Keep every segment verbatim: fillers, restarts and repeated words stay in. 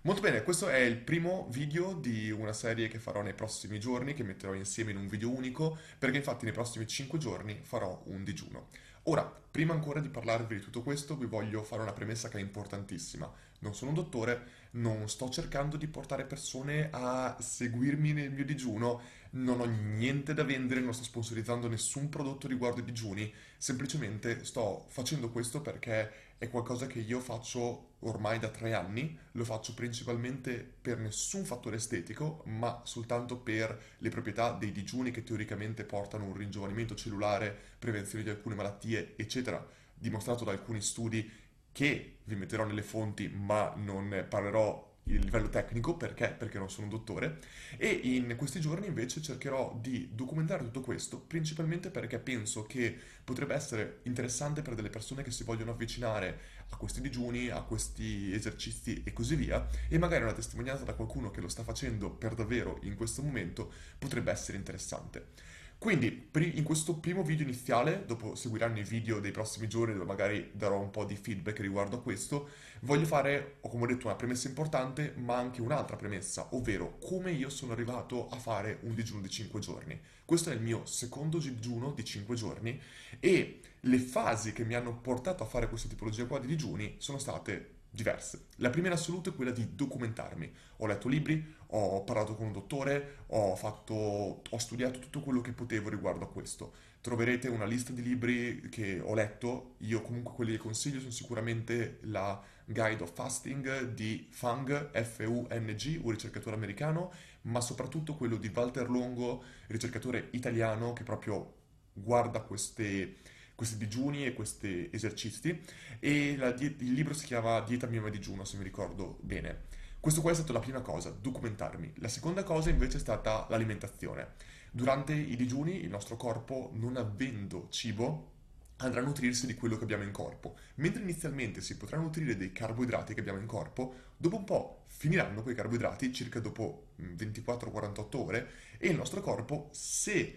Molto bene, questo è il primo video di una serie che farò nei prossimi giorni, che metterò insieme in un video unico, perché infatti nei prossimi cinque giorni farò un digiuno. Ora, prima ancora di parlarvi di tutto questo, vi voglio fare una premessa che è importantissima. Non sono un dottore, non sto cercando di portare persone a seguirmi nel mio digiuno, non ho niente da vendere, non sto sponsorizzando nessun prodotto riguardo i digiuni, semplicemente sto facendo questo perché è qualcosa che io faccio ormai da tre anni, lo faccio principalmente per nessun fattore estetico, ma soltanto per le proprietà dei digiuni che teoricamente portano un ringiovanimento cellulare, prevenzione di alcune malattie, eccetera, dimostrato da alcuni studi che vi metterò nelle fonti, ma non ne parlerò il livello tecnico, perché? Perché non sono un dottore, e in questi giorni invece cercherò di documentare tutto questo, principalmente perché penso che potrebbe essere interessante per delle persone che si vogliono avvicinare a questi digiuni, a questi esercizi e così via, e magari una testimonianza da qualcuno che lo sta facendo per davvero in questo momento potrebbe essere interessante. Quindi, pri- in questo primo video iniziale, dopo seguiranno i video dei prossimi giorni dove magari darò un po' di feedback riguardo a questo, voglio fare, ho come ho detto, una premessa importante, ma anche un'altra premessa, ovvero come io sono arrivato a fare un digiuno di cinque giorni. Questo è il mio secondo digiuno di cinque giorni e le fasi che mi hanno portato a fare questa tipologia qua di digiuni sono state diverse. La prima in assoluto è quella di documentarmi. Ho letto libri, ho parlato con un dottore, ho fatto, ho studiato tutto quello che potevo riguardo a questo. Troverete una lista di libri che ho letto, io comunque quelli che consiglio sono sicuramente la Guide of Fasting di Fung, F U N G, un ricercatore americano, ma soprattutto quello di Walter Longo, ricercatore italiano che proprio guarda queste, questi digiuni e questi esercizi e la die- il libro si chiama Dieta mio digiuno, se mi ricordo bene. Questo qua è stata la prima cosa, documentarmi. La seconda cosa invece è stata l'alimentazione. Durante i digiuni il nostro corpo, non avendo cibo, andrà a nutrirsi di quello che abbiamo in corpo. Mentre inizialmente si potrà nutrire dei carboidrati che abbiamo in corpo, dopo un po' finiranno quei carboidrati, circa dopo mm, ventiquattro quarantotto ore, e il nostro corpo, se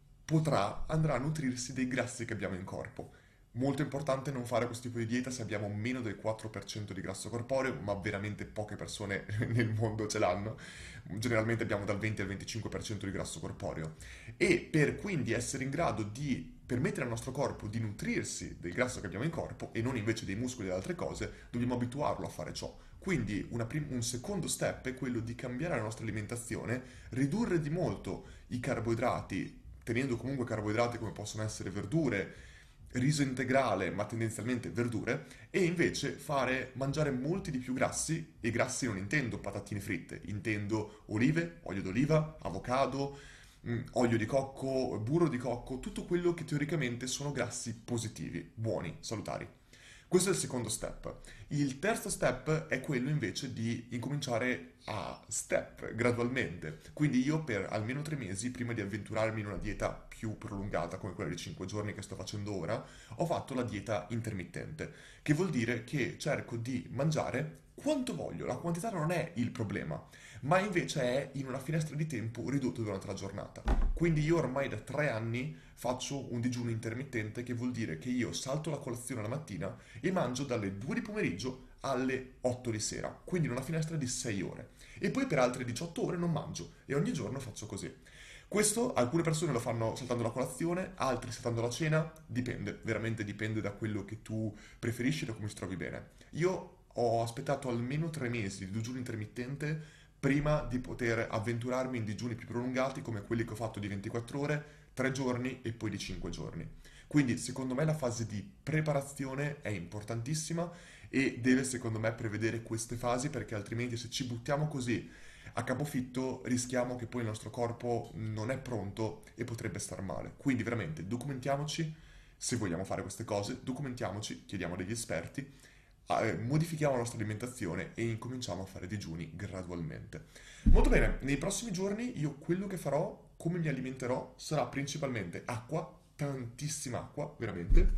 potrà, andrà a nutrirsi dei grassi che abbiamo in corpo. Molto importante non fare questo tipo di dieta se abbiamo meno del quattro per cento di grasso corporeo, ma veramente poche persone nel mondo ce l'hanno. Generalmente abbiamo dal venti al venticinque per cento di grasso corporeo. E per quindi essere in grado di permettere al nostro corpo di nutrirsi del grasso che abbiamo in corpo e non invece dei muscoli e altre cose, dobbiamo abituarlo a fare ciò. Quindi una prim- un secondo step è quello di cambiare la nostra alimentazione, ridurre di molto i carboidrati, tenendo comunque carboidrati come possono essere verdure, riso integrale, ma tendenzialmente verdure, e invece fare mangiare molti di più grassi, e grassi non intendo patatine fritte, intendo olive, olio d'oliva, avocado, mh, olio di cocco, burro di cocco, tutto quello che teoricamente sono grassi positivi, buoni, salutari. Questo è il secondo step. Il terzo step è quello invece di incominciare a step, gradualmente. Quindi io per almeno tre mesi, prima di avventurarmi in una dieta più prolungata, come quella di cinque giorni che sto facendo ora, ho fatto la dieta intermittente, che vuol dire che cerco di mangiare quanto voglio, la quantità non è il problema, ma invece è in una finestra di tempo ridotta durante la giornata. Quindi io ormai da tre anni faccio un digiuno intermittente che vuol dire che io salto la colazione la mattina e mangio dalle due di pomeriggio alle otto di sera, quindi in una finestra di sei ore. E poi per altre diciotto ore non mangio e ogni giorno faccio così. Questo alcune persone lo fanno saltando la colazione, altri saltando la cena, dipende, veramente dipende da quello che tu preferisci e da come ti trovi bene. Io ho aspettato almeno tre mesi di digiuno intermittente prima di poter avventurarmi in digiuni più prolungati come quelli che ho fatto di ventiquattro ore, tre giorni e poi di cinque giorni. Quindi secondo me la fase di preparazione è importantissima e deve secondo me prevedere queste fasi perché altrimenti se ci buttiamo così a capofitto rischiamo che poi il nostro corpo non è pronto e potrebbe star male. Quindi veramente documentiamoci se vogliamo fare queste cose, documentiamoci, chiediamo degli esperti, eh, modifichiamo la nostra alimentazione e incominciamo a fare digiuni gradualmente. Molto bene, nei prossimi giorni io quello che farò, come mi alimenterò, sarà principalmente acqua, tantissima acqua, veramente.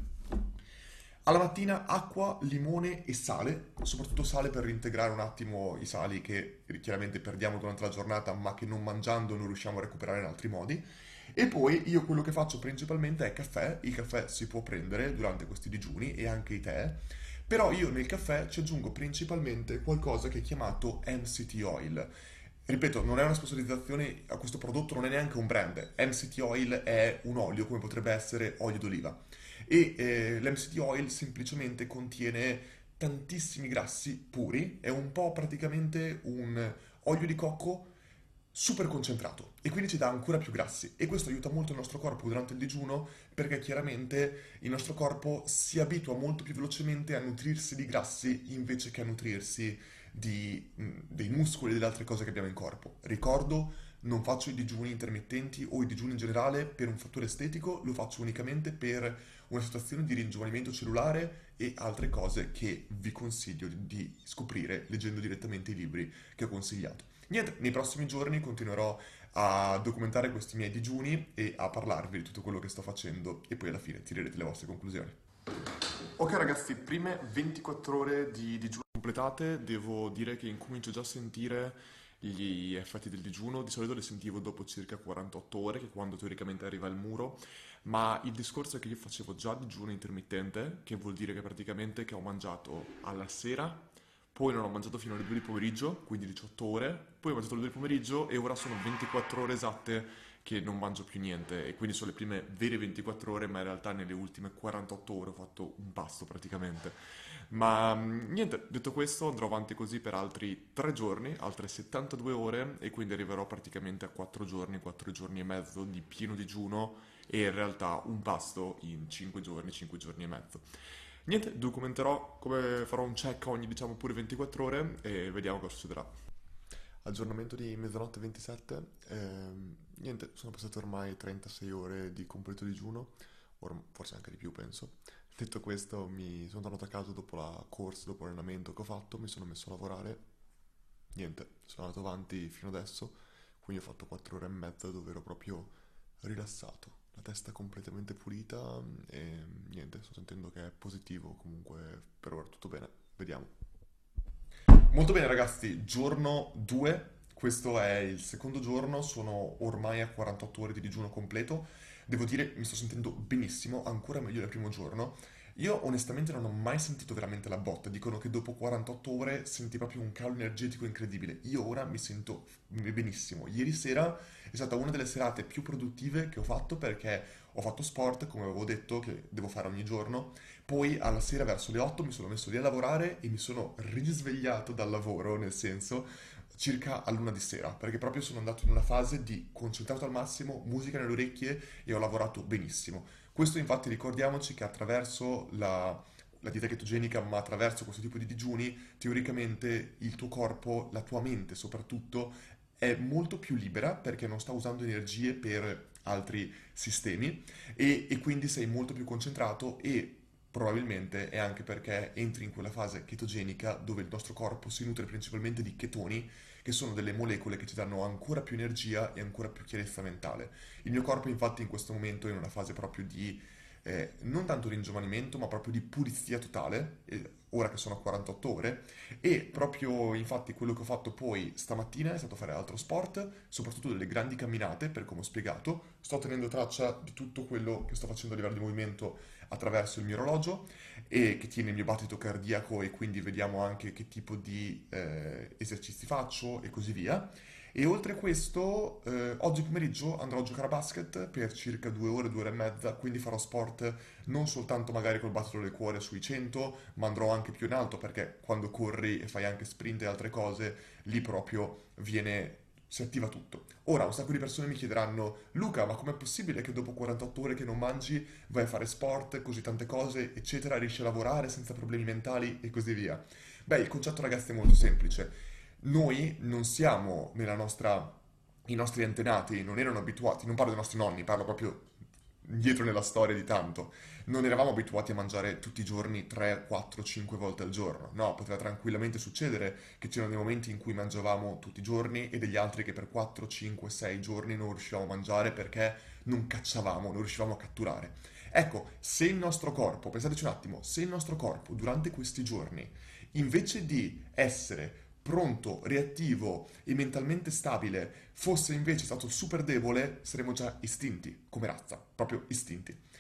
Alla mattina acqua, limone e sale, soprattutto sale per reintegrare un attimo i sali che chiaramente perdiamo durante la giornata, ma che non mangiando non riusciamo a recuperare in altri modi. E poi io quello che faccio principalmente è caffè, il caffè si può prendere durante questi digiuni e anche i tè, Però io nel caffè ci aggiungo principalmente qualcosa che è chiamato M C T Oil. Ripeto, non è una sponsorizzazione a questo prodotto, non è neanche un brand. M C T Oil è un olio come potrebbe essere olio d'oliva. E eh, l'M C T Oil semplicemente contiene tantissimi grassi puri, è un po' praticamente un olio di cocco super concentrato e quindi ci dà ancora più grassi e questo aiuta molto il nostro corpo durante il digiuno perché chiaramente il nostro corpo si abitua molto più velocemente a nutrirsi di grassi invece che a nutrirsi di, mh, dei muscoli e delle altre cose che abbiamo in corpo. Ricordo, non faccio i digiuni intermittenti o i digiuni in generale per un fattore estetico, lo faccio unicamente per una situazione di ringiovanimento cellulare e altre cose che vi consiglio di di scoprire leggendo direttamente i libri che ho consigliato. Niente, nei prossimi giorni continuerò a documentare questi miei digiuni e a parlarvi di tutto quello che sto facendo e poi alla fine tirerete le vostre conclusioni. Ok ragazzi, prime ventiquattro ore di digiuno completate, devo dire che incomincio già a sentire gli effetti del digiuno, di solito li sentivo dopo circa quarantotto ore, che è quando teoricamente arriva il muro, ma il discorso è che io facevo già digiuno intermittente, che vuol dire che praticamente che ho mangiato alla sera, poi non ho mangiato fino alle due di pomeriggio, quindi diciotto ore, poi ho mangiato alle due di pomeriggio e ora sono ventiquattro ore esatte che non mangio più niente e quindi sono le prime vere ventiquattro ore, ma in realtà nelle ultime quarantotto ore ho fatto un pasto praticamente. Ma mm, niente, detto questo andrò avanti così per altri tre giorni, altre settantadue ore e quindi arriverò praticamente a quattro giorni, quattro giorni e mezzo di pieno digiuno e in realtà un pasto in cinque giorni, cinque giorni e mezzo. Niente, documenterò come farò un check ogni diciamo pure ventiquattro ore e vediamo cosa succederà. Aggiornamento di mezzanotte ventisette, ehm, niente, sono passate ormai trentasei ore di completo digiuno, or- forse anche di più penso. Detto questo, mi sono tornato a casa dopo la corsa, dopo l'allenamento che ho fatto, mi sono messo a lavorare, niente, sono andato avanti fino adesso, quindi ho fatto quattro ore e mezza dove ero proprio rilassato, la testa completamente pulita e niente, sto sentendo che è positivo, comunque per ora tutto bene, vediamo. Molto bene ragazzi, giorno due, questo è il secondo giorno, sono ormai a quarantotto ore di digiuno completo, devo dire mi sto sentendo benissimo, ancora meglio del primo giorno. Io onestamente non ho mai sentito veramente la botta, dicono che dopo quarantotto ore senti proprio un calo energetico incredibile, io ora mi sento benissimo. Ieri sera è stata una delle serate più produttive che ho fatto perché ho fatto sport, come avevo detto, che devo fare ogni giorno, poi alla sera verso le otto mi sono messo lì a lavorare e mi sono risvegliato dal lavoro, nel senso circa a luna di sera, perché proprio sono andato in una fase di concentrato al massimo, musica nelle orecchie e ho lavorato benissimo. Questo infatti ricordiamoci che attraverso la, la dieta chetogenica, ma attraverso questo tipo di digiuni, teoricamente il tuo corpo, la tua mente soprattutto, è molto più libera perché non sta usando energie per altri sistemi e, e quindi sei molto più concentrato e probabilmente è anche perché entri in quella fase chetogenica dove il nostro corpo si nutre principalmente di chetoni, che sono delle molecole che ci danno ancora più energia e ancora più chiarezza mentale. Il mio corpo infatti in questo momento è in una fase proprio di eh, non tanto ringiovanimento, ma proprio di pulizia totale, eh, ora che sono a quarantotto ore, e proprio infatti quello che ho fatto poi stamattina è stato fare altro sport, soprattutto delle grandi camminate, per come ho spiegato. Sto tenendo traccia di tutto quello che sto facendo a livello di movimento attraverso il mio orologio e che tiene il mio battito cardiaco e quindi vediamo anche che tipo di eh, esercizi faccio e così via. E oltre a questo, eh, oggi pomeriggio andrò a giocare a basket per circa due ore, due ore e mezza, quindi farò sport non soltanto magari col battito del cuore sui cento, ma andrò anche più in alto perché quando corri e fai anche sprint e altre cose, lì proprio viene, si attiva tutto. Ora, un sacco di persone mi chiederanno, Luca, ma com'è possibile che dopo quarantotto ore che non mangi vai a fare sport, così tante cose, eccetera, riesci a lavorare senza problemi mentali e così via? Beh, il concetto ragazzi è molto semplice. Noi non siamo nella nostra... I nostri antenati non erano abituati, non parlo dei nostri nonni, parlo proprio dietro nella storia di tanto. Non eravamo abituati a mangiare tutti i giorni tre, quattro, cinque volte al giorno. No, poteva tranquillamente succedere che c'erano dei momenti in cui mangiavamo tutti i giorni e degli altri che per quattro, cinque, sei giorni non riuscivamo a mangiare perché non cacciavamo, non riuscivamo a catturare. Ecco, se il nostro corpo, pensateci un attimo, se il nostro corpo durante questi giorni, invece di essere pronto, reattivo e mentalmente stabile, fosse invece stato super debole, saremmo già istinti come razza, proprio istinti.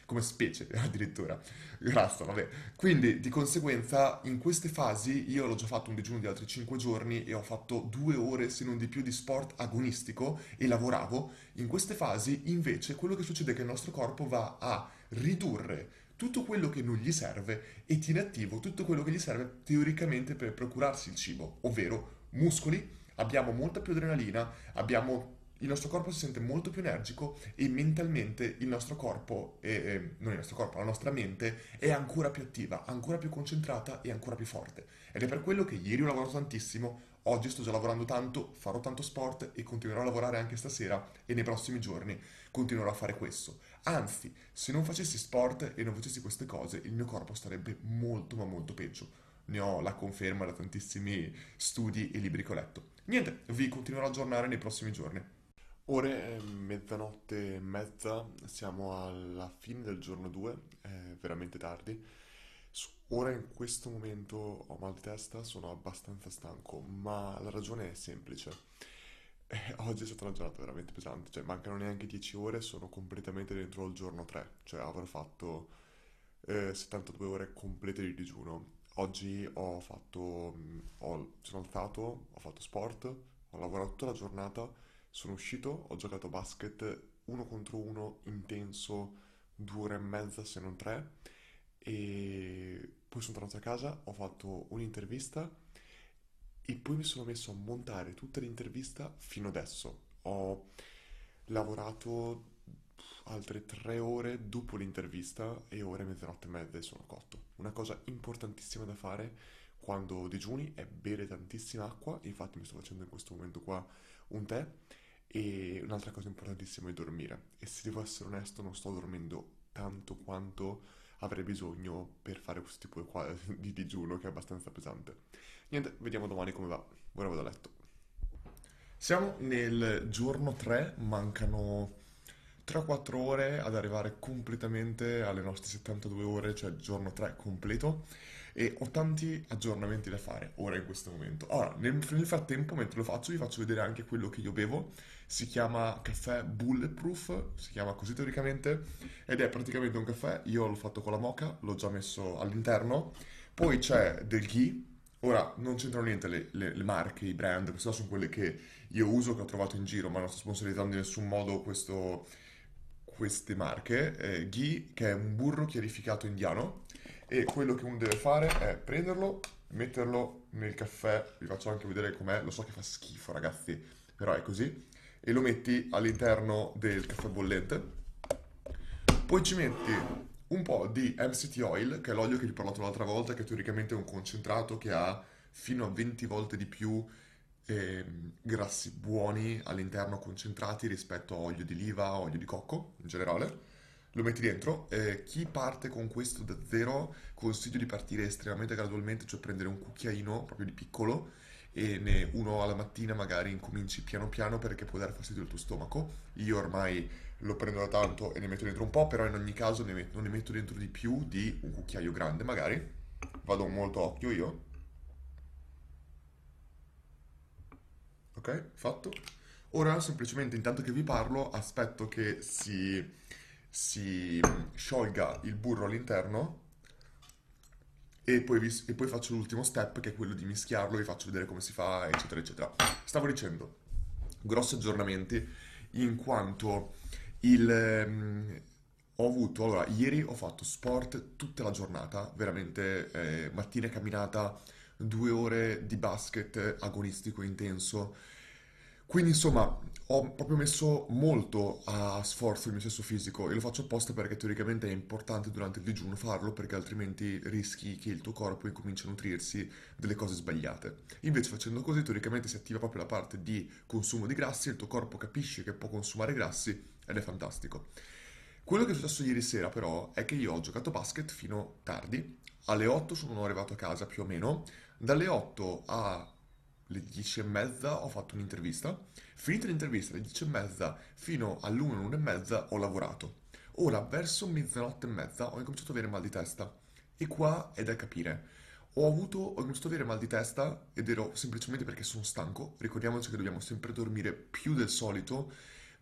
come specie addirittura. Rasta, vabbè. Quindi di conseguenza in queste fasi io l'ho già fatto un digiuno di altri cinque giorni e ho fatto due ore se non di più di sport agonistico e lavoravo. In queste fasi invece quello che succede è che il nostro corpo va a ridurre tutto quello che non gli serve e tiene attivo tutto quello che gli serve teoricamente per procurarsi il cibo, ovvero muscoli, abbiamo molta più adrenalina, abbiamo il nostro corpo si sente molto più energico e mentalmente il nostro corpo, e, e- non il nostro corpo, la nostra mente è ancora più attiva, ancora più concentrata e ancora più forte. Ed è per quello che ieri ho lavorato tantissimo, oggi sto già lavorando tanto, farò tanto sport e continuerò a lavorare anche stasera e nei prossimi giorni continuerò a fare questo. Anzi, se non facessi sport e non facessi queste cose, il mio corpo starebbe molto ma molto peggio. Ne ho la conferma da tantissimi studi e libri che ho letto. Niente, vi continuerò a aggiornare nei prossimi giorni. Ore è mezzanotte e mezza, siamo alla fine del giorno due, è veramente tardi. S- Ora in questo momento ho mal di testa, sono abbastanza stanco, ma la ragione è semplice. Eh, oggi è stata una giornata veramente pesante, cioè mancano neanche dieci ore, sono completamente dentro il giorno tre, cioè avrò fatto eh, settantadue ore complete di digiuno. Oggi ho fatto, mh, ho, sono alzato, ho fatto sport, ho lavorato tutta la giornata, sono uscito, ho giocato a basket uno contro uno intenso, due ore e mezza se non tre, e poi sono tornato a casa, ho fatto un'intervista e poi mi sono messo a montare tutta l'intervista fino adesso. Ho lavorato altre tre ore dopo l'intervista e ora è mezzanotte e mezza e sono cotto. Una cosa importantissima da fare quando digiuni è bere tantissima acqua, infatti mi sto facendo in questo momento qua un tè, e un'altra cosa importantissima è dormire. E se devo essere onesto, non sto dormendo tanto quanto avrei bisogno per fare questo tipo di qua- di digiuno che è abbastanza pesante. Niente, vediamo domani come va. Ora vado a letto. Siamo nel giorno tre, mancano tre o quattro ore ad arrivare completamente alle nostre settantadue ore, cioè il giorno tre completo, e ho tanti aggiornamenti da fare ora in questo momento. Ora, nel, nel frattempo, mentre lo faccio, vi faccio vedere anche quello che io bevo. Si chiama caffè Bulletproof, si chiama così teoricamente, ed è praticamente un caffè, io l'ho fatto con la moka, l'ho già messo all'interno, poi c'è del ghee. Ora, non c'entrano niente le, le- le marche, i brand, queste sono quelle che io uso, che ho trovato in giro, ma non sto sponsorizzando in nessun modo questo, queste marche. Eh, ghee, che è un burro chiarificato indiano, e quello che uno deve fare è prenderlo, metterlo nel caffè, vi faccio anche vedere com'è, lo so che fa schifo ragazzi, però è così, e lo metti all'interno del caffè bollente, poi ci metti un po' di M C T oil, che è l'olio che vi ho parlato l'altra volta, che teoricamente è un concentrato che ha fino a venti volte di più ehm, grassi buoni all'interno concentrati rispetto a olio di oliva, olio di cocco in generale. Lo metti dentro. Eh, chi parte con questo da zero consiglio di partire estremamente gradualmente, cioè prendere un cucchiaino proprio di piccolo e ne uno alla mattina magari incominci piano piano perché può dare fastidio al tuo stomaco. Io ormai lo prendo da tanto e ne metto dentro un po', però in ogni caso ne met- non ne metto dentro di più di un cucchiaio grande magari. Vado molto a occhio io. Ok, fatto. Ora semplicemente intanto che vi parlo aspetto che si, si mm, sciolga il burro all'interno e poi, vi- e poi faccio l'ultimo step che è quello di mischiarlo, vi faccio vedere come si fa, eccetera, eccetera. Stavo dicendo, grossi aggiornamenti in quanto il, ehm, ho avuto, allora, ieri ho fatto sport tutta la giornata, veramente eh, mattina camminata, due ore di basket agonistico intenso, quindi insomma ho proprio messo molto a sforzo il mio stesso fisico e lo faccio apposta perché teoricamente è importante durante il digiuno farlo perché altrimenti rischi che il tuo corpo incominci a nutrirsi delle cose sbagliate. Invece facendo così teoricamente si attiva proprio la parte di consumo di grassi, il tuo corpo capisce che può consumare grassi ed è fantastico. Quello che è successo ieri sera però è che io ho giocato a basket fino tardi, alle otto sono arrivato a casa più o meno, dalle otto alle dieci e mezza ho fatto un'intervista, finita l'intervista alle dieci e mezza fino all'una, l'una e mezza ho lavorato. Ora, verso mezzanotte e mezza ho incominciato ad avere mal di testa e qua è da capire. Ho avuto, ho cominciato ad avere mal di testa ed ero semplicemente perché sono stanco. Ricordiamoci che dobbiamo sempre dormire più del solito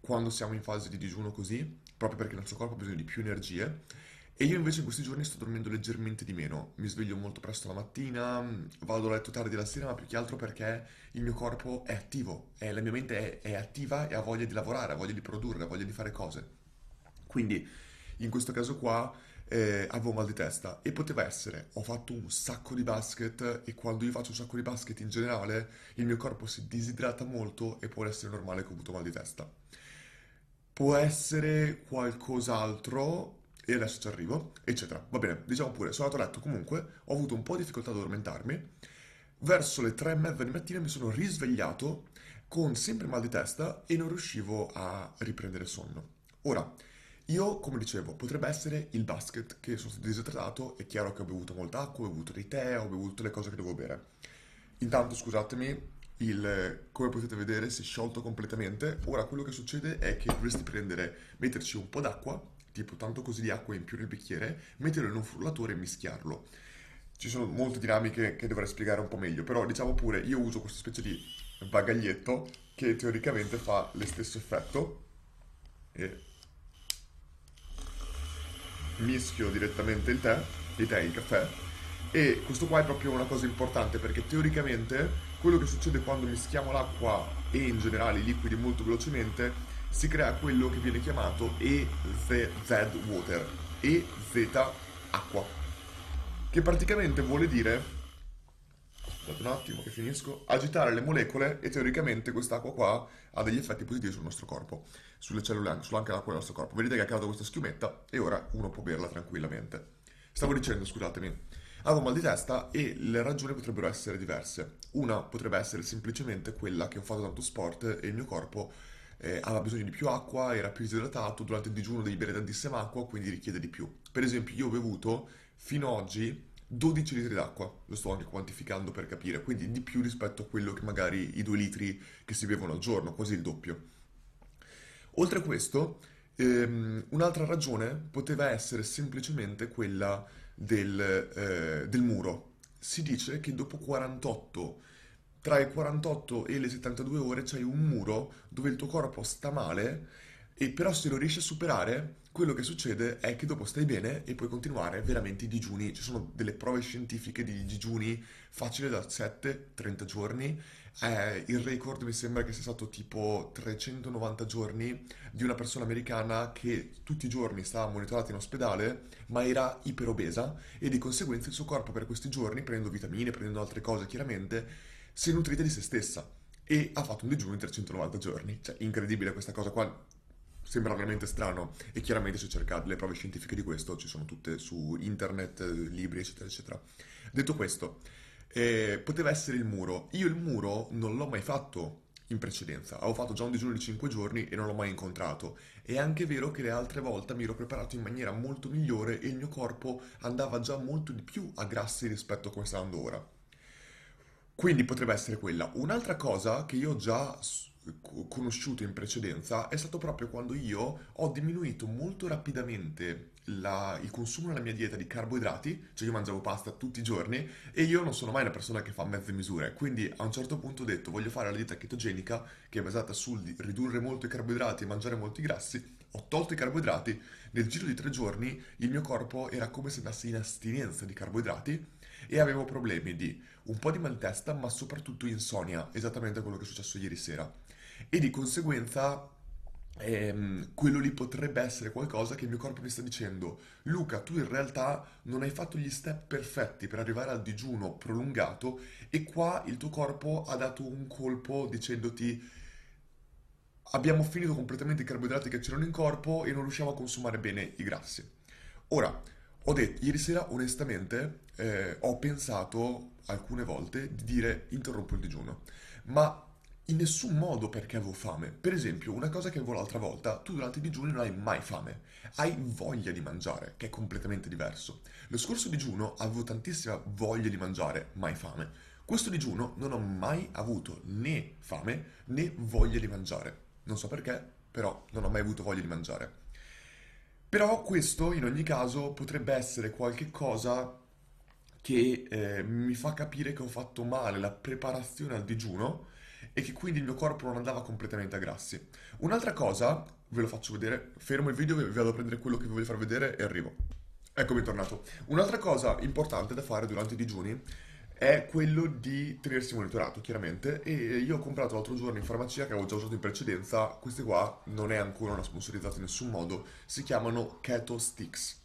quando siamo in fase di digiuno così, proprio perché il nostro corpo ha bisogno di più energie. E io invece in questi giorni sto dormendo leggermente di meno, mi sveglio molto presto la mattina, mh, vado a letto tardi la sera, ma più che altro perché il mio corpo è attivo, e la mia mente è, è attiva e ha voglia di lavorare, ha voglia di produrre, ha voglia di fare cose. Quindi in questo caso qua eh, avevo mal di testa e poteva essere, ho fatto un sacco di basket e quando io faccio un sacco di basket in generale il mio corpo si disidrata molto e può essere normale che ho avuto mal di testa. Può essere qualcos'altro, e adesso ci arrivo, eccetera. Va bene, diciamo pure, sono andato a letto comunque, ho avuto un po' di difficoltà ad addormentarmi. Verso le tre e mezza di mattina mi sono risvegliato con sempre mal di testa e non riuscivo a riprendere sonno. Ora, io, come dicevo, potrebbe essere il basket che sono stato disidratato, è chiaro che ho bevuto molta acqua, ho bevuto dei tè, ho bevuto le cose che devo bere. Intanto, scusatemi, il, come potete vedere si è sciolto completamente. Ora quello che succede è che dovresti prendere, metterci un po' d'acqua, tipo tanto così di acqua in più nel bicchiere, metterlo in un frullatore e mischiarlo. Ci sono molte dinamiche che dovrei spiegare un po' meglio, però diciamo pure, io uso questa specie di bagaglietto che teoricamente fa lo stesso effetto e mischio direttamente il tè, il tè, il caffè, e questo qua è proprio una cosa importante perché teoricamente quello che succede quando mischiamo l'acqua e in generale i liquidi molto velocemente si crea quello che viene chiamato E Z Z water, E Z acqua, che praticamente vuole dire, scusate un attimo che finisco, agitare le molecole e teoricamente quest'acqua qua ha degli effetti positivi sul nostro corpo, sulle cellule, sulla anche l'acqua del nostro corpo. Vedete che ha creato questa schiumetta e ora uno può berla tranquillamente. Stavo dicendo, scusatemi, avevo mal di testa e le ragioni potrebbero essere diverse. Una potrebbe essere semplicemente quella che ho fatto tanto sport e il mio corpo eh, aveva bisogno di più acqua, era più disidratato, durante il digiuno devi bere tantissima acqua, quindi richiede di più. Per esempio, io ho bevuto fino ad oggi dodici litri d'acqua, lo sto anche quantificando per capire, quindi di più rispetto a quello che magari i due litri che si bevono al giorno, quasi il doppio. Oltre a questo, ehm, un'altra ragione poteva essere semplicemente quella del, eh, del muro. Si dice che dopo quarantotto, tra i quarantotto e le settantadue ore c'hai un muro dove il tuo corpo sta male e però se lo riesci a superare, quello che succede è che dopo stai bene e puoi continuare veramente i digiuni. Ci sono delle prove scientifiche di digiuni facili da sette trenta giorni. Eh, il record mi sembra che sia stato tipo trecentonovanta giorni di una persona americana che tutti i giorni stava monitorata in ospedale, ma era iperobesa e di conseguenza il suo corpo per questi giorni, prendendo vitamine, prendendo altre cose chiaramente, si è nutrita di se stessa e ha fatto un digiuno in trecentonovanta giorni. Cioè, incredibile questa cosa qua. Sembra veramente strano e chiaramente se cercate le prove scientifiche di questo ci sono tutte su internet, eh, libri eccetera eccetera. Detto questo, eh, poteva essere il muro. Io il muro non l'ho mai fatto in precedenza, avevo fatto già un digiuno di cinque giorni e non l'ho mai incontrato. È anche vero che le altre volte mi ero preparato in maniera molto migliore e il mio corpo andava già molto di più a grassi rispetto a come sta andando ora. Quindi potrebbe essere quella. Un'altra cosa che io ho già s- co- conosciuto in precedenza è stato proprio quando io ho diminuito molto rapidamente la- il consumo nella mia dieta di carboidrati, cioè io mangiavo pasta tutti i giorni e io non sono mai una persona che fa mezze misure, quindi a un certo punto ho detto voglio fare la dieta chetogenica che è basata sul di- ridurre molto i carboidrati e mangiare molti grassi. Ho tolto i carboidrati, nel giro di tre giorni il mio corpo era come se andasse in astinenza di carboidrati e avevo problemi di un po' di mal di testa, ma soprattutto insonnia, esattamente quello che è successo ieri sera. E di conseguenza ehm, quello lì potrebbe essere qualcosa che il mio corpo mi sta dicendo, Luca, tu in realtà non hai fatto gli step perfetti per arrivare al digiuno prolungato e qua il tuo corpo ha dato un colpo dicendoti abbiamo finito completamente i carboidrati che c'erano in corpo e non riusciamo a consumare bene i grassi. Ora, ho detto, ieri sera onestamente eh, ho pensato alcune volte di dire interrompo il digiuno, ma in nessun modo perché avevo fame. Per esempio, una cosa che avevo l'altra volta, tu durante i digiuni non hai mai fame, hai voglia di mangiare, che è completamente diverso. Lo scorso digiuno avevo tantissima voglia di mangiare, mai fame. Questo digiuno non ho mai avuto né fame né voglia di mangiare. Non so perché, però non ho mai avuto voglia di mangiare. Però questo in ogni caso potrebbe essere qualche cosa che eh, mi fa capire che ho fatto male la preparazione al digiuno e che quindi il mio corpo non andava completamente a grassi. Un'altra cosa, ve lo faccio vedere, fermo il video, vi vado a prendere quello che vi voglio far vedere e arrivo. Eccomi tornato. Un'altra cosa importante da fare durante i digiuni è quello di tenersi monitorato, chiaramente. E io ho comprato l'altro giorno in farmacia, che avevo già usato in precedenza, queste qua non è ancora una sponsorizzata in nessun modo, si chiamano Keto Sticks.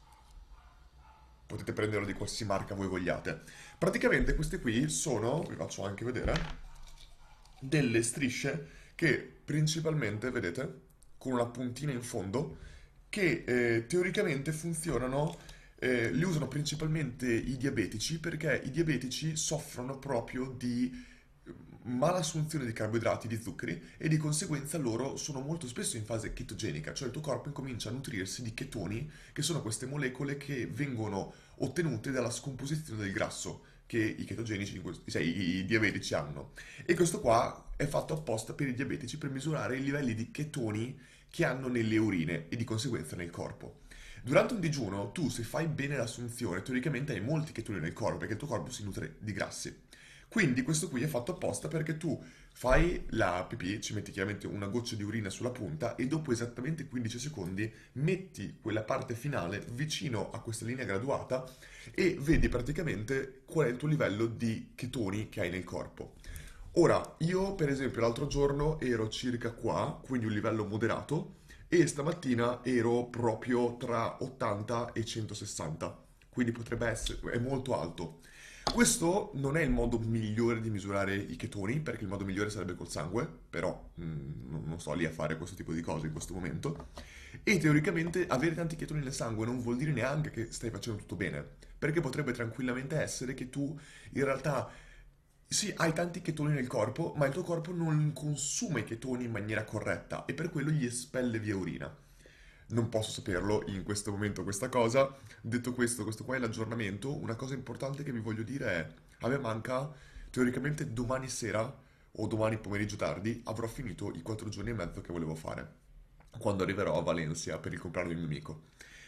Potete prenderlo di qualsiasi marca voi vogliate. Praticamente queste qui sono, vi faccio anche vedere, delle strisce che principalmente, vedete, con una puntina in fondo, che eh, teoricamente funzionano, eh, li usano principalmente i diabetici perché i diabetici soffrono proprio di malassunzione di carboidrati, di zuccheri e di conseguenza loro sono molto spesso in fase chetogenica, cioè il tuo corpo incomincia a nutrirsi di chetoni, che sono queste molecole che vengono ottenute dalla scomposizione del grasso che i chetogenici, cioè i diabetici hanno. E questo qua è fatto apposta per i diabetici per misurare i livelli di chetoni che hanno nelle urine e di conseguenza nel corpo. Durante un digiuno, tu se fai bene l'assunzione, teoricamente hai molti chetoni nel corpo perché il tuo corpo si nutre di grassi. Quindi questo qui è fatto apposta perché tu fai la pipì, ci metti chiaramente una goccia di urina sulla punta e dopo esattamente quindici secondi metti quella parte finale vicino a questa linea graduata e vedi praticamente qual è il tuo livello di chetoni che hai nel corpo. Ora, io per esempio l'altro giorno ero circa qua, quindi un livello moderato, e stamattina ero proprio tra ottanta e centosessanta, quindi potrebbe essere, è molto alto. Questo non è il modo migliore di misurare i chetoni, perché il modo migliore sarebbe col sangue, però mm, non non sto lì a fare questo tipo di cose in questo momento. E teoricamente avere tanti chetoni nel sangue non vuol dire neanche che stai facendo tutto bene, perché potrebbe tranquillamente essere che tu in realtà sì, hai tanti chetoni nel corpo, ma il tuo corpo non consuma i chetoni in maniera corretta e per quello gli espelle via urina. Non posso saperlo in questo momento questa cosa. Detto questo, questo qua è l'aggiornamento. Una cosa importante che vi voglio dire è, a me manca, teoricamente domani sera o domani pomeriggio tardi, avrò finito i quattro giorni e mezzo che volevo fare, quando arriverò a Valencia per il compleanno del mio amico.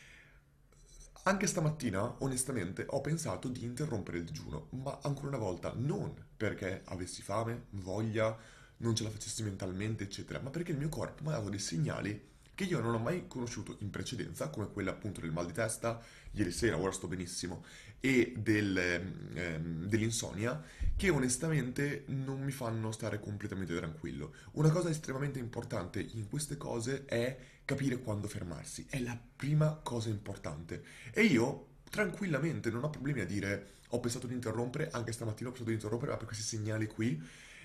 Anche stamattina, onestamente, ho pensato di interrompere il digiuno, ma ancora una volta non perché avessi fame, voglia, non ce la facessi mentalmente, eccetera, ma perché il mio corpo mi ha dato dei segnali che io non ho mai conosciuto in precedenza, come quello appunto del mal di testa, ieri sera, ora sto benissimo, e del, ehm, dell'insonnia, che onestamente non mi fanno stare completamente tranquillo. Una cosa estremamente importante in queste cose è capire quando fermarsi, è la prima cosa importante. E io tranquillamente non ho problemi a dire ho pensato di interrompere, anche stamattina ho pensato di interrompere, ma per questi segnali qui.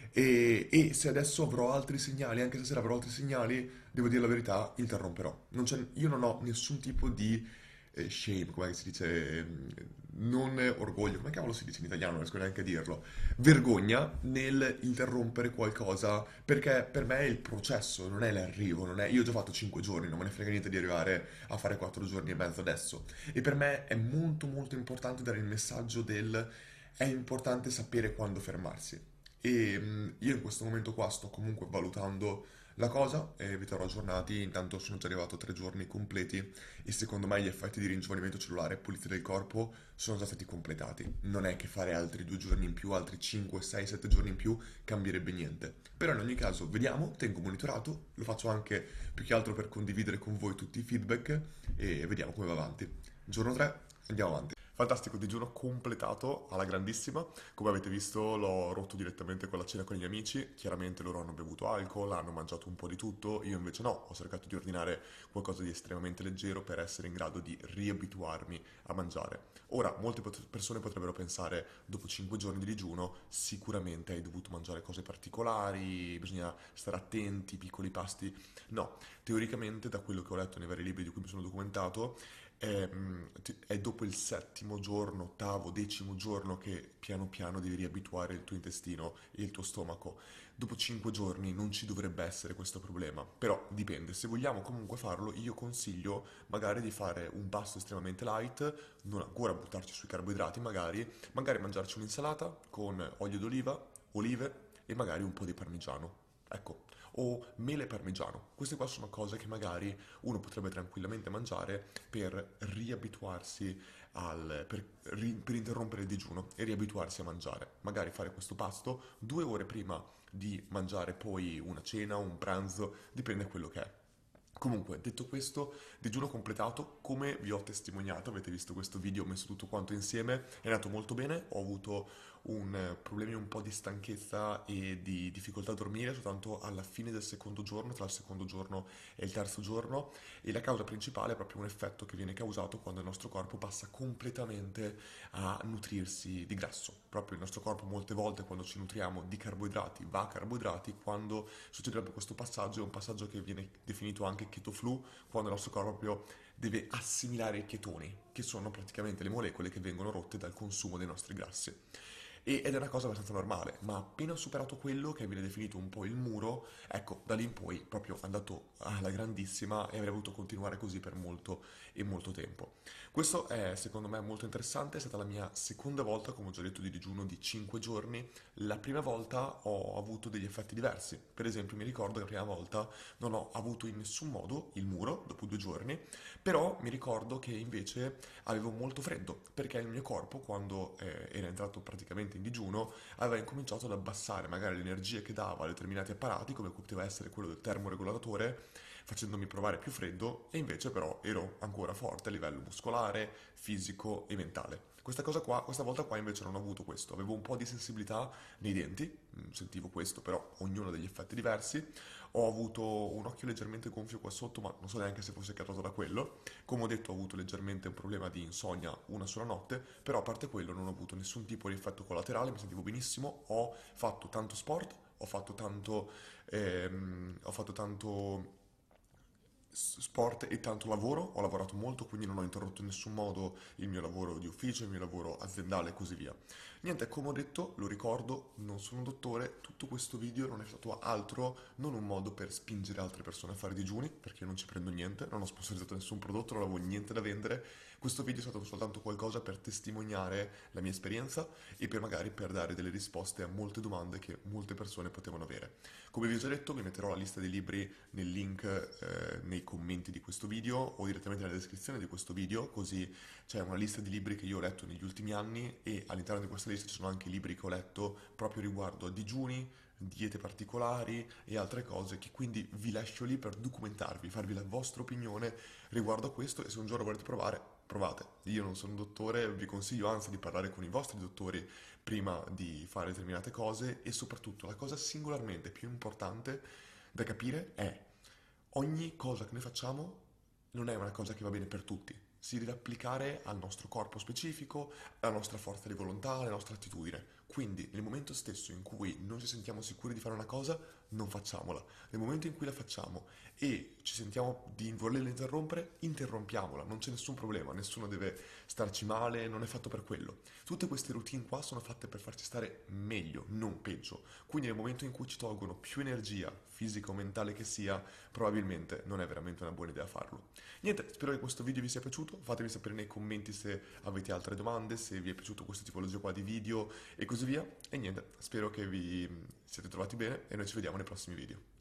E, e se adesso avrò altri segnali, anche stasera avrò altri segnali, devo dire la verità, interromperò. Non c'è- io non ho nessun tipo di eh, shame, come si dice, ehm, non orgoglio, come cavolo si dice in italiano, non riesco neanche a dirlo, vergogna nel interrompere qualcosa, perché per me è il processo, non è l'arrivo, non è... Io ho già fatto cinque giorni, non me ne frega niente di arrivare a fare quattro giorni e mezzo adesso. E per me è molto molto importante dare il messaggio del è importante sapere quando fermarsi. E mh, io in questo momento qua sto comunque valutando la cosa e vi terrò aggiornati. Intanto sono già arrivato a tre giorni completi e secondo me gli effetti di ringiovanimento cellulare e pulizia del corpo sono già stati completati. Non è che fare altri due giorni in più, altri cinque, sei, sette giorni in più cambierebbe niente. Però in ogni caso vediamo, tengo monitorato, lo faccio anche più che altro per condividere con voi tutti i feedback e vediamo come va avanti. Giorno tre, andiamo avanti. Fantastico digiuno completato alla grandissima. Come avete visto l'ho rotto direttamente con la cena con gli amici. Chiaramente loro hanno bevuto alcol, hanno mangiato un po' di tutto, io invece no, ho cercato di ordinare qualcosa di estremamente leggero per essere in grado di riabituarmi a mangiare. Ora, molte pot- persone potrebbero pensare, dopo cinque giorni di digiuno, sicuramente hai dovuto mangiare cose particolari, bisogna stare attenti, piccoli pasti. No, teoricamente, da quello che ho letto nei vari libri di cui mi sono documentato, è, mm, ti- è dopo il settimo giorno, ottavo, decimo giorno che piano piano devi riabituare il tuo intestino e il tuo stomaco. Dopo cinque giorni non ci dovrebbe essere questo problema, però dipende. Se vogliamo comunque farlo, io consiglio magari di fare un pasto estremamente light, non ancora buttarci sui carboidrati magari, magari mangiarci un'insalata con olio d'oliva, olive e magari un po' di parmigiano. Ecco, o mele parmigiano. Queste qua sono cose che magari uno potrebbe tranquillamente mangiare per riabituarsi al, per, ri- per interrompere il digiuno e riabituarsi a mangiare. Magari fare questo pasto due ore prima di mangiare poi una cena, un pranzo, dipende da quello che è. Comunque, detto questo, digiuno completato, come vi ho testimoniato, avete visto questo video, ho messo tutto quanto insieme, è andato molto bene, ho avuto un eh, problemi un po' di stanchezza e di difficoltà a dormire soltanto alla fine del secondo giorno, tra il secondo giorno e il terzo giorno, e la causa principale è proprio un effetto che viene causato quando il nostro corpo passa completamente a nutrirsi di grasso. Proprio il nostro corpo molte volte quando ci nutriamo di carboidrati va a carboidrati, quando succede proprio questo passaggio, è un passaggio che viene definito anche keto flu, quando il nostro corpo proprio deve assimilare i chetoni, che sono praticamente le molecole che vengono rotte dal consumo dei nostri grassi. E- Ed è una cosa abbastanza normale, ma appena superato quello che viene definito un po' il muro, ecco, da lì in poi proprio andato alla grandissima e avrei voluto continuare così per molto e molto tempo. Questo è secondo me molto interessante, è stata la mia seconda volta, come ho già detto, di digiuno di cinque giorni. La prima volta ho avuto degli effetti diversi, per esempio mi ricordo che la prima volta non ho avuto in nessun modo il muro dopo due giorni, però mi ricordo che invece avevo molto freddo, perché il mio corpo, quando eh, era entrato praticamente in digiuno, aveva incominciato ad abbassare magari l'energia che dava a determinati apparati, come poteva essere quello del termoregolatore, facendomi provare più freddo, e invece però ero ancora forte a livello muscolare, fisico e mentale. Questa cosa qua, questa volta qua invece non ho avuto questo, avevo un po' di sensibilità nei denti, mm, sentivo questo, però ognuno ha degli effetti diversi, ho avuto un occhio leggermente gonfio qua sotto, ma non so neanche se fosse causato da quello, come ho detto ho avuto leggermente un problema di insonnia una sola notte, però a parte quello non ho avuto nessun tipo di effetto collaterale, mi sentivo benissimo, ho fatto tanto sport, ho fatto tanto, ehm, ho fatto tanto s- sport e tanto lavoro, ho lavorato molto, quindi non ho interrotto in nessun modo il mio lavoro di ufficio, il mio lavoro aziendale e così via. Niente, come ho detto, lo ricordo, non sono un dottore, tutto questo video non è stato altro, non un modo per spingere altre persone a fare digiuni, perché io non ci prendo niente, non ho sponsorizzato nessun prodotto, non avevo niente da vendere. Questo video è stato soltanto qualcosa per testimoniare la mia esperienza e per magari per dare delle risposte a molte domande che molte persone potevano avere. Come vi ho già detto, vi metterò la lista dei libri nel link eh, nei commenti di questo video o direttamente nella descrizione di questo video, così c'è una lista di libri che io ho letto negli ultimi anni e all'interno di questa lista ci sono anche libri che ho letto proprio riguardo a digiuni, diete particolari e altre cose che quindi vi lascio lì per documentarvi, farvi la vostra opinione riguardo a questo e se un giorno volete provare, provate. Io non sono un dottore, vi consiglio anzi di parlare con i vostri dottori prima di fare determinate cose e soprattutto la cosa singolarmente più importante da capire è ogni cosa che noi facciamo non è una cosa che va bene per tutti. Si deve applicare al nostro corpo specifico, alla nostra forza di volontà, alla nostra attitudine. Quindi, nel momento stesso in cui non ci sentiamo sicuri di fare una cosa, non facciamola. Nel momento in cui la facciamo e ci sentiamo di volerla interrompere, interrompiamola. Non c'è nessun problema, nessuno deve starci male, non è fatto per quello. Tutte queste routine qua sono fatte per farci stare meglio, non peggio. Quindi, nel momento in cui ci tolgono più energia, fisica o mentale che sia, probabilmente non è veramente una buona idea farlo. Niente, spero che questo video vi sia piaciuto, fatemi sapere nei commenti se avete altre domande, se vi è piaciuto questa tipologia qua di video e così via. E niente, spero che vi siate trovati bene e noi ci vediamo nei prossimi video.